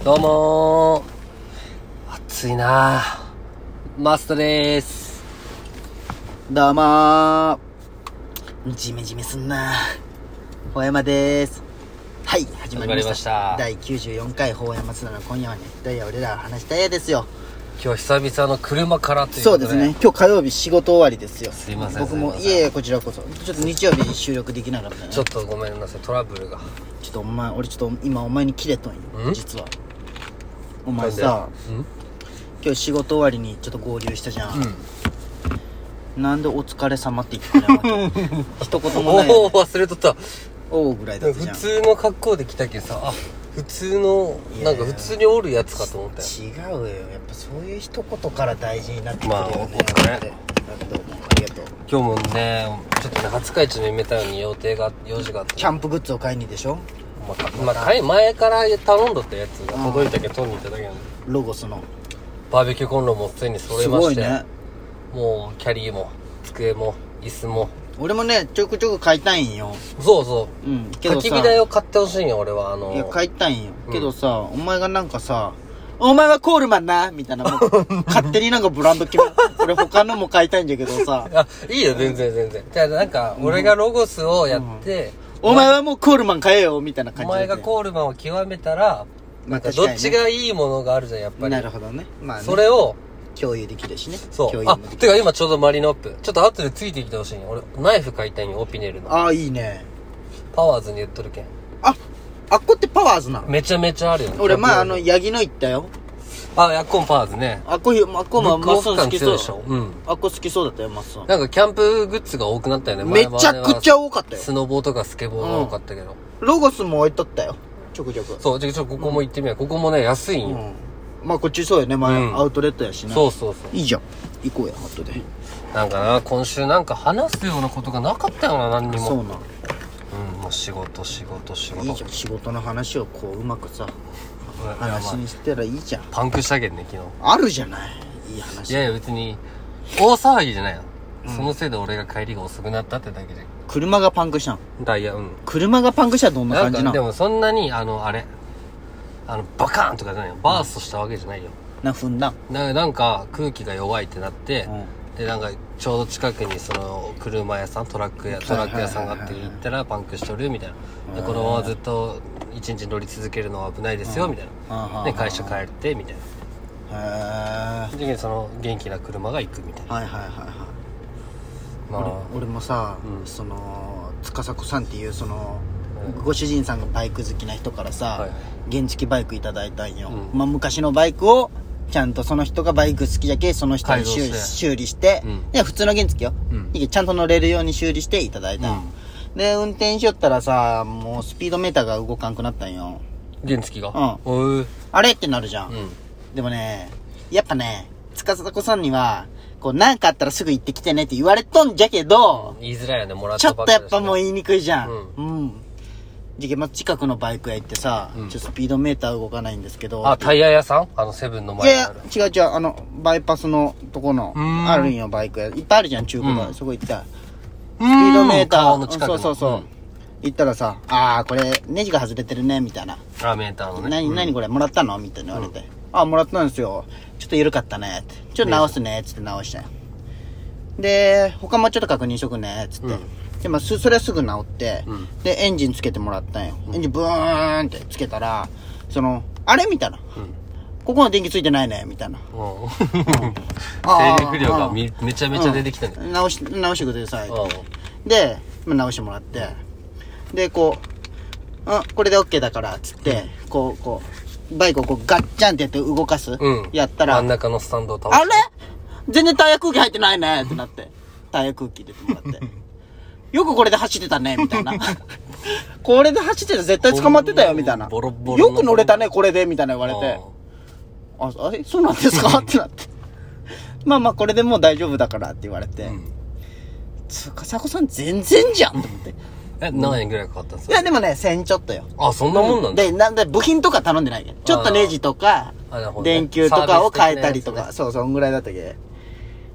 どうもー、暑いなー。マストでーす。 どうもー、ジメジメすんなほうやまでーす。はい、始まりました。第94回ほうやますなの今夜は熱帯夜俺ら話したいですよ。 今日久々の車からということで。そうですね、今日火曜日仕事終わりですよ。 すいません。 僕もいえいえ、こちらこそちょっと日曜日収録できなかったね。 ちょっとごめんなさい、トラブルが。 ちょっと俺ちょっと今お前にキレとんよ。実はお前さ、今日仕事終わりにちょっと合流したじゃん、なんでお疲れ様って言ってくれなかった一言もない、ね、 おー、忘れとった。 おーぐらいだったじゃん。 普通の格好で来たけどさ、あ、普通のなんか普通におるやつかと思ったよ。 違うよ、やっぱそういう一言から大事になってくるよね。 まあお疲れ。 どうもありがとう。 今日もね、ちょっとね、廿日市の夢太郎に用事があって、 キャンプグッズを買いにでしょ。 前から頼んどったやつが届いたけど取りに行っただけなの。 ロゴスのバーベキューコンロもついに揃えまして、 すごいね。 もうキャリーも机も椅子も。 俺もねちょくちょく買いたいんよ。 そうそう、 けど焚き火台を買ってほしいんよ俺は。 いや買いたいんよ、けどさ、お前がなんかさ、お前はコールマンなみたいな、もう勝手になんかブランド決め俺他のも買いたいんだけどさあ、いいよ全然。じゃあなんか俺がロゴスをやって、 お前はもうコールマン買えよみたいな感じで。 お前がコールマンを極めたら、なんかどっちがいいものがあるじゃんやっぱり。 なるほどね。まあね、 それを共有できるしね。 そう。 共有もできる。 てか今ちょうどマリノップちょっと後でついてきてほしいんよ。俺ナイフ買いたいんよ、オピネルの。 ああいいね。 パワーズに言っとるけん。 あっこってパワーズなの。 めちゃめちゃあるよ。 俺前ヤギの行ったよ。 あ、ヤッコンパワーズね。 あっこもマッソン好きそう。あっこ好きそうだったよ、マッソン。 なんかキャンプグッズが多くなったよね。 めちゃくちゃ多かったよ。 スノボーとかスケボーが多かったけど。 ロゴスも置いとったよ。ちょくちょく。 そう、ここも行ってみよう。ここもね、安いんよ。 まあこっちそうよね、前アウトレットやしな。 そう。 いいじゃん。行こうや、後で。 なんかな、今週なんか話すようなことがなかったよな、何にも。 そうな。 もう仕事。いいじゃん、仕事の話をこう、うまくさ、話にしたらいいじゃん。 パンクしたけんね、昨日。あるじゃない。いい話。 いや別に、大騒ぎじゃないよ。そのせいで俺が帰りが遅くなったってだけで。 車がパンクしたん。車がパンクしたらどんな感じなの？ でもそんなに、バカーンとかじゃないよ。バーストしたわけじゃないよ。 踏んだ。 なんか空気が弱いってなって、でなんかちょうど近くにその車屋さんトラック屋さんがあって行ったらパンクしとるみたいな。でこのままずっと一日乗り続けるのは危ないですよみたいな。で会社帰ってみたいな。でその元気な車が行くみたいな。まあ、 俺もさ、その司子さんっていうその、ご主人さんがバイク好きな人からさ、原付バイクいただいたんよ。昔のバイクをちゃんとその人がバイク好きじゃけその人に修理して、で普通の原付よ、ちゃんと乗れるように修理していただいたんよ。で運転しよったらさ、もうスピードメーターが動かんくなったんよ、 原付が。 あれってなるじゃん。でもね、やっぱね、司子さんにはこうなんかあったらすぐ行ってきてねって言われとんじゃけど、 言いづらいよね、もらっちょっとたばっかりやっぱもう言いにくいじゃん。じゃけ近くのバイク屋行ってさ、ちょっとスピードメーター動かないんですけど。 あ、タイヤ屋さん？セブンの前にある。 いや違う、バイパスのとこのあるんよ、バイク屋いっぱいあるじゃん、中古が。そこ行った。スピードメーターそう行ったらさ、これネジが外れてるねみたいな。 メーターのね。 何これもらったのみたいな言われて、もらったんですよ、ちょっと緩かったねって、ちょっと直すねっつって直したよ。で他もちょっと確認しとくねっつって、でそれはすぐ直って、でエンジンつけてもらったんよ。エンジンブーンってつけたら、あれみたいな、ここの電気ついてないねみたいな。 勢力量がめちゃめちゃ出てきたね。 直してくださいで、直してもらって、でこれで OK だからっつって、こうバイクをこうガッチャンってやって動かす、やったら真ん中のスタンドを倒して、 あれ全然タイヤ空気入ってないねってなって、タイヤ空気入れてもらってよくこれで走ってたねみたいなこれで走ってたら絶対捕まってたよみたいな。 ボロボロよく乗れたねこれでみたいな言われて、そうなんですかってなってまあこれでもう大丈夫だからって言われて、司子さん全然じゃんと思って。 何円ぐらいかかったんですか？ いやでもね、1000ちょっとよ。 そんなもんなんだ。 で、なんで部品とか頼んでないけど、ちょっとネジとか電球とかを変えたりとか、そんぐらいだったけど、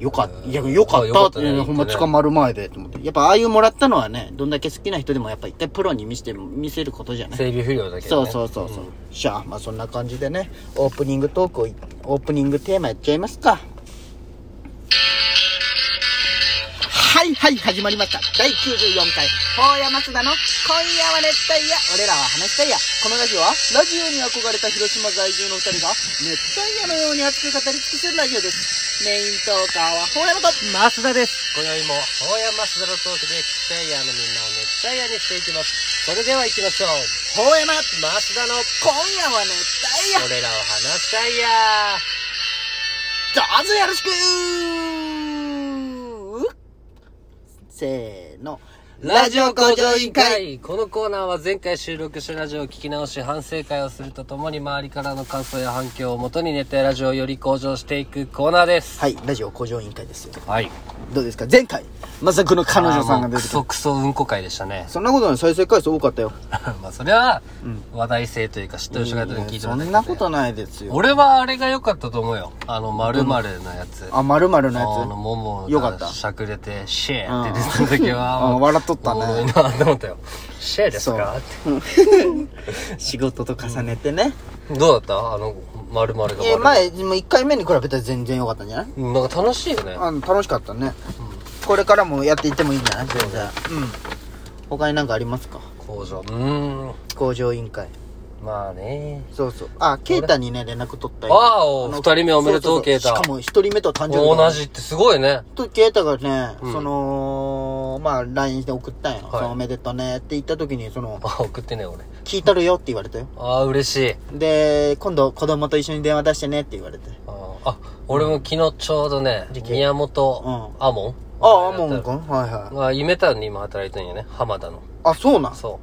よかった。いや、よかったって、ね、ほんま捕まる前で、と思って。やっぱああいうもらったのはね、どんだけ好きな人でもやっぱ一回プロに見せることじゃない。 整備不良だけどね。 そう。じゃあ、まあそんな感じでね、オープニングテーマやっちゃいますか。はい、始まりました。第94回、法山須田の今夜は熱帯夜、俺らは話したいや。このラジオは、ラジオに憧れた広島在住の二人が、熱帯夜のように熱く語り尽くせるラジオです。メイントーカーは、法山と増田です。今宵も、法山増田のトークで、熱帯夜のみんなを熱帯夜にしていきます。それでは行きましょう。 法山増田の今夜は熱帯夜、 俺らを話したいや。 どうぞよろしくせーの、ラジオ向上委員会。 このコーナーは前回収録したラジオを聞き直し反省会をするとともに周りからの感想や反響をもとに熱帯ラジオをより向上していくコーナーです。 はい、ラジオ向上委員会ですよ。 はい。 どうですか前回、まさかの彼女さんが出てきた。 クソうんこ会でしたね。 そんなことない、再生回数多かったよ。 まあそれは、話題性というか知ってる人が聞いてるだけで、 そんなことないですよ。 俺はあれが良かったと思うよ。〇〇のやつ。 〇〇のやつ。 ももよかった。 しゃくれて、シェーって出た時は、 笑っとったね。 おもろいなと思ったよ。シェーですかって。 仕事と重ねてね。 どうだった〇〇が。 前、1回目に比べたら全然良かったんじゃない？ なんか楽しいよね。 楽しかったね。これからもやっていってもいいんじゃない？全然。他に何かありますか？向上委員会。 まあね。 そう。ケイタにね、連絡取ったよ。 2人目おめでとう、ケイタ。 しかも1人目と誕生日。 同じってすごいね。 ケイタがね、LINE で送ったんよ。おめでとうねって言った時に、 送ってね、俺。 聞いとるよって言われたよ。 嬉しい。 で、今度子供と一緒に電話出してねって言われて。 俺も昨日ちょうどね、宮本アモンアモン君はい。 夢タウンに今働いてんよね、浜田の。 そうなん？ そう。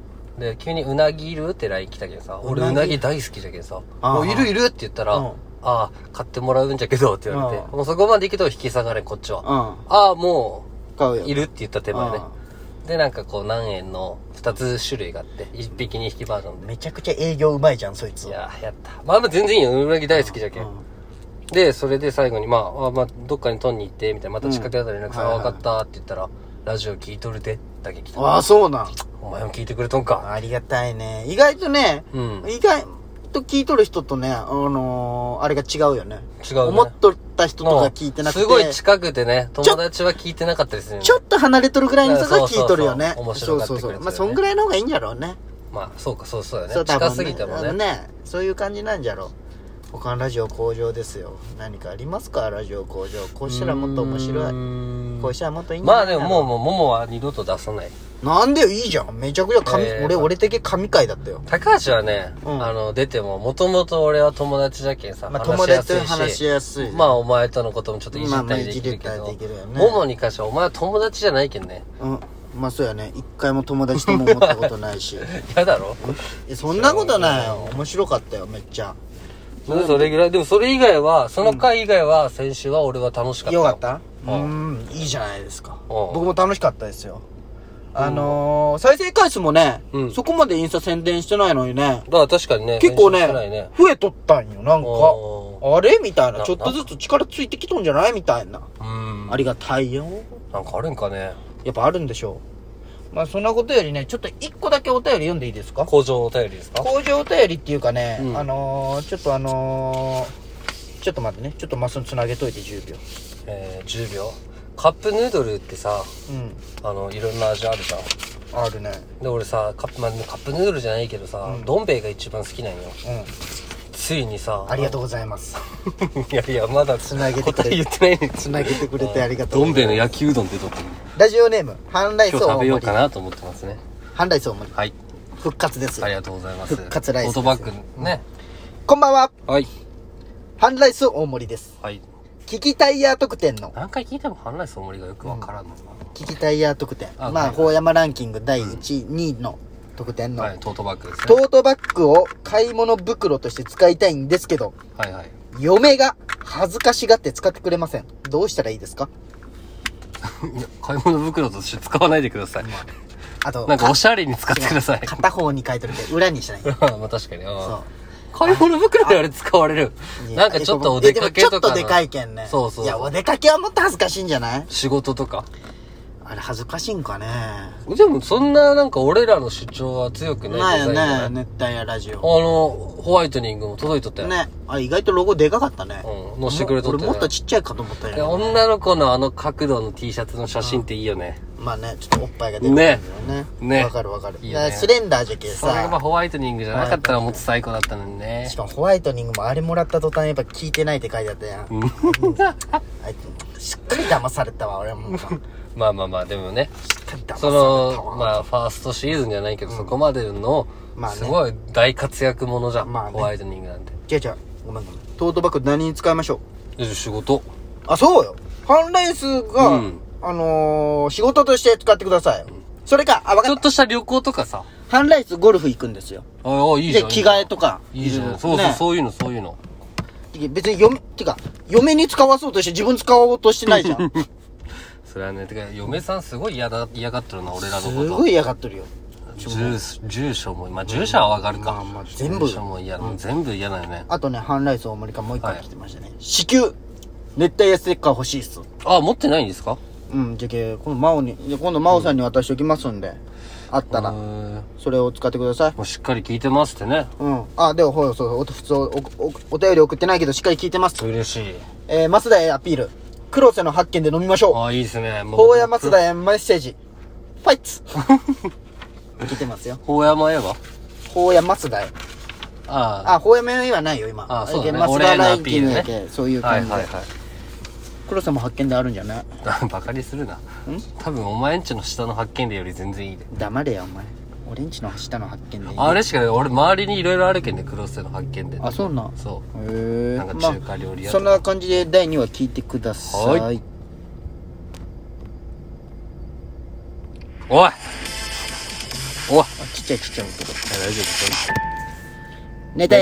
で、急にうなぎいるって LINE 来たけどさ、俺うなぎ大好きじゃけどさ、いるって言ったら、買ってもらうんじゃけどって言われて、もうそこまで行くと引き下がれこっちは。もう、いるって言った手前ね。で、なんかこう何円の2つ種類があって、1匹2匹バージョンで。 めちゃくちゃ営業うまいじゃん、そいつ。 いや、やった。まあ全然いいよ、うなぎ大好きじゃけん。で、それで最後に、どっかに取んに行って、みたいな、また近くだったら連絡さ、分かったって言ったら、ラジオ聞いとるで、だけ来た。 そうなん。 お前も聞いてくれとんか。 ありがたいね。意外とね、意外と聞いとる人とね、あれが違うよね。 違うね。 思っとった人とか聞いてなくて。 すごい近くてね、友達は聞いてなかったですね。 ちょっと離れとるぐらいの人が聞いとるよね。 面白かった。 そんぐらいの方がいいんじゃろうね。 そうだよね。近すぎてもね。 そういう感じなんじゃろう。他のラジオ向上ですよ。何かありますか？ラジオ向上。こうしたらもっと面白い。こうしたらもっといいんじゃない？ でももう桃は二度と出さない。 なんでよ、いいじゃん。めちゃくちゃ俺的神回だったよ。 高橋はね、出ても、もともと俺は友達だけんさ、 友達と話しやすい。 お前とのこともちょっといじったりできるけど、桃に関してはお前は友達じゃないけんね。 そうやね。一回も友達とも思ったことないし。 嫌だろ？ そんなことないよ。面白かったよ、めっちゃ。 それぐらい。でもそれ以外は、その回以外は、先週は俺は楽しかった。 よかった？いいじゃないですか。僕も楽しかったですよ。再生回数もね、そこまでインスタ宣伝してないのにね。 確かにね。 結構ね、増えとったんよ、なんか。あれみたいな。ちょっとずつ力ついてきとんじゃないみたいな。ありがたいよ。 なんかあるんかね。 やっぱあるんでしょう。そんなことよりね、ちょっと一個だけお便り読んでいいですか？ 工場お便りですか？ 工場お便りっていうかね、ちょっと待ってね。ちょっとまっすぐつなげといて10秒。 10秒？カップヌードルってさ、いろんな味あるじゃん。 あるね。 で、俺さ、カップヌードルじゃないけどさ、どん兵衛が一番好きなんよ。ついにさ。 ありがとうございます。 いや、まだつなげてくれて。 言ってないね。 つなげてくれてありがとうございます。 どん兵衛の焼きうどんってどってる？ ラジオネーム、ハンライス大盛り。 今日食べようかなと思ってますね。 ハンライス大盛り。 はい。 復活ですよ。 ありがとうございます。 復活ライス。 トートバッグね。 こんばんは。 はい。 ハンライス大盛りです。 はい。 キキタイヤ特典の。 何回聞いてもハンライス大盛りがよくわからんのかな。 キキタイヤ特典。法山ランキング第1位、2位の特典の。 トートバッグですね。 トートバッグを買い物袋として使いたいんですけど。嫁が恥ずかしがって使ってくれません。どうしたらいいですか？ いや、買い物袋として使わないでください。 あと、 なんかおしゃれに使ってください。 片方に書いとるけど、裏にしない。 確かに。 そう。 買い物袋であれ使われる。なんかちょっとお出かけとか。 ちょっとでかいけんね。 そうそう。 いや、お出かけはもっと恥ずかしいんじゃない？ 仕事とか。 あれ恥ずかしいんかね。 でもそんななんか俺らの主張は強くないよね。熱帯夜ラジオ。 ホワイトニングも届いとったよね。あ、意外とロゴでかかったね。 載せてくれとった俺もっとちっちゃいかと思ったよ。 女の子のあの角度の T シャツの写真っていいよね。 まあね、ちょっとおっぱいが出てるんだよね。ね。わかるわかる。いや、スレンダーじゃけさ。 それがホワイトニングじゃなかったらもっと最高だったのにね。 しかもホワイトニングもあれもらった途端やっぱ聞いてないって書いてあったやん。しっかり騙されたわ、俺も。 まあまあまあ、でもね。その、まあ、ファーストシーズンじゃないけど、そこまでの、すごい大活躍ものじゃん。ホワイトニングなんて。 違う。ごめん。トートバッグ何に使いましょう？仕事。 あ、そうよ。ファンレースが、仕事として使ってください。それか、 ちょっとした旅行とかさ。 ファンレースゴルフ行くんですよ。 ああ、いいじゃん。 で、着替えとか。 いいじゃん。そういうの。 別に嫁に使わそうとして自分使おうとしてないじゃん。 それはね、てか、嫁さんすごい嫌がってるな、俺らのこと。 すごい嫌がってるよ。 住所も、まあ、住所はわかるか。 まあ、全部。 住所も嫌、全部嫌だよね。 あとね、ハンライス大森からもう一回来てましたね。至急、熱帯夜ステッカー欲しいっす。 あ、持ってないんですか？ じゃけ、今度真央さんに渡しておきますんで、あったら、それを使ってください。 もうしっかり聞いてますってね。 あ、でも、普通、お便り送ってないけど、しっかり聞いてます。 嬉しい。増田へアピール。黒瀬の発見で飲みましょう。 あ、いいですね。 法屋松田へメッセージ。ファイツ聞いてますよ。 法山へは法屋松田へ。法山へはないよ、今。 そうだね。 松田ライキングで、そういう感じで。 はい。 黒瀬も発見であるんじゃない？ バカにするな。多分お前んちの下の発見でより全然いいで。 黙れよ、お前。俺んちの下の発見でいい。 あれしかない。俺周りにいろいろあるけんね、黒瀬の発見で。 あ、そうな。 そう。 なんか中華料理屋そんな感じで第2話聞いてください。はい。 おいちっちゃい音が。 大丈夫。 寝たい。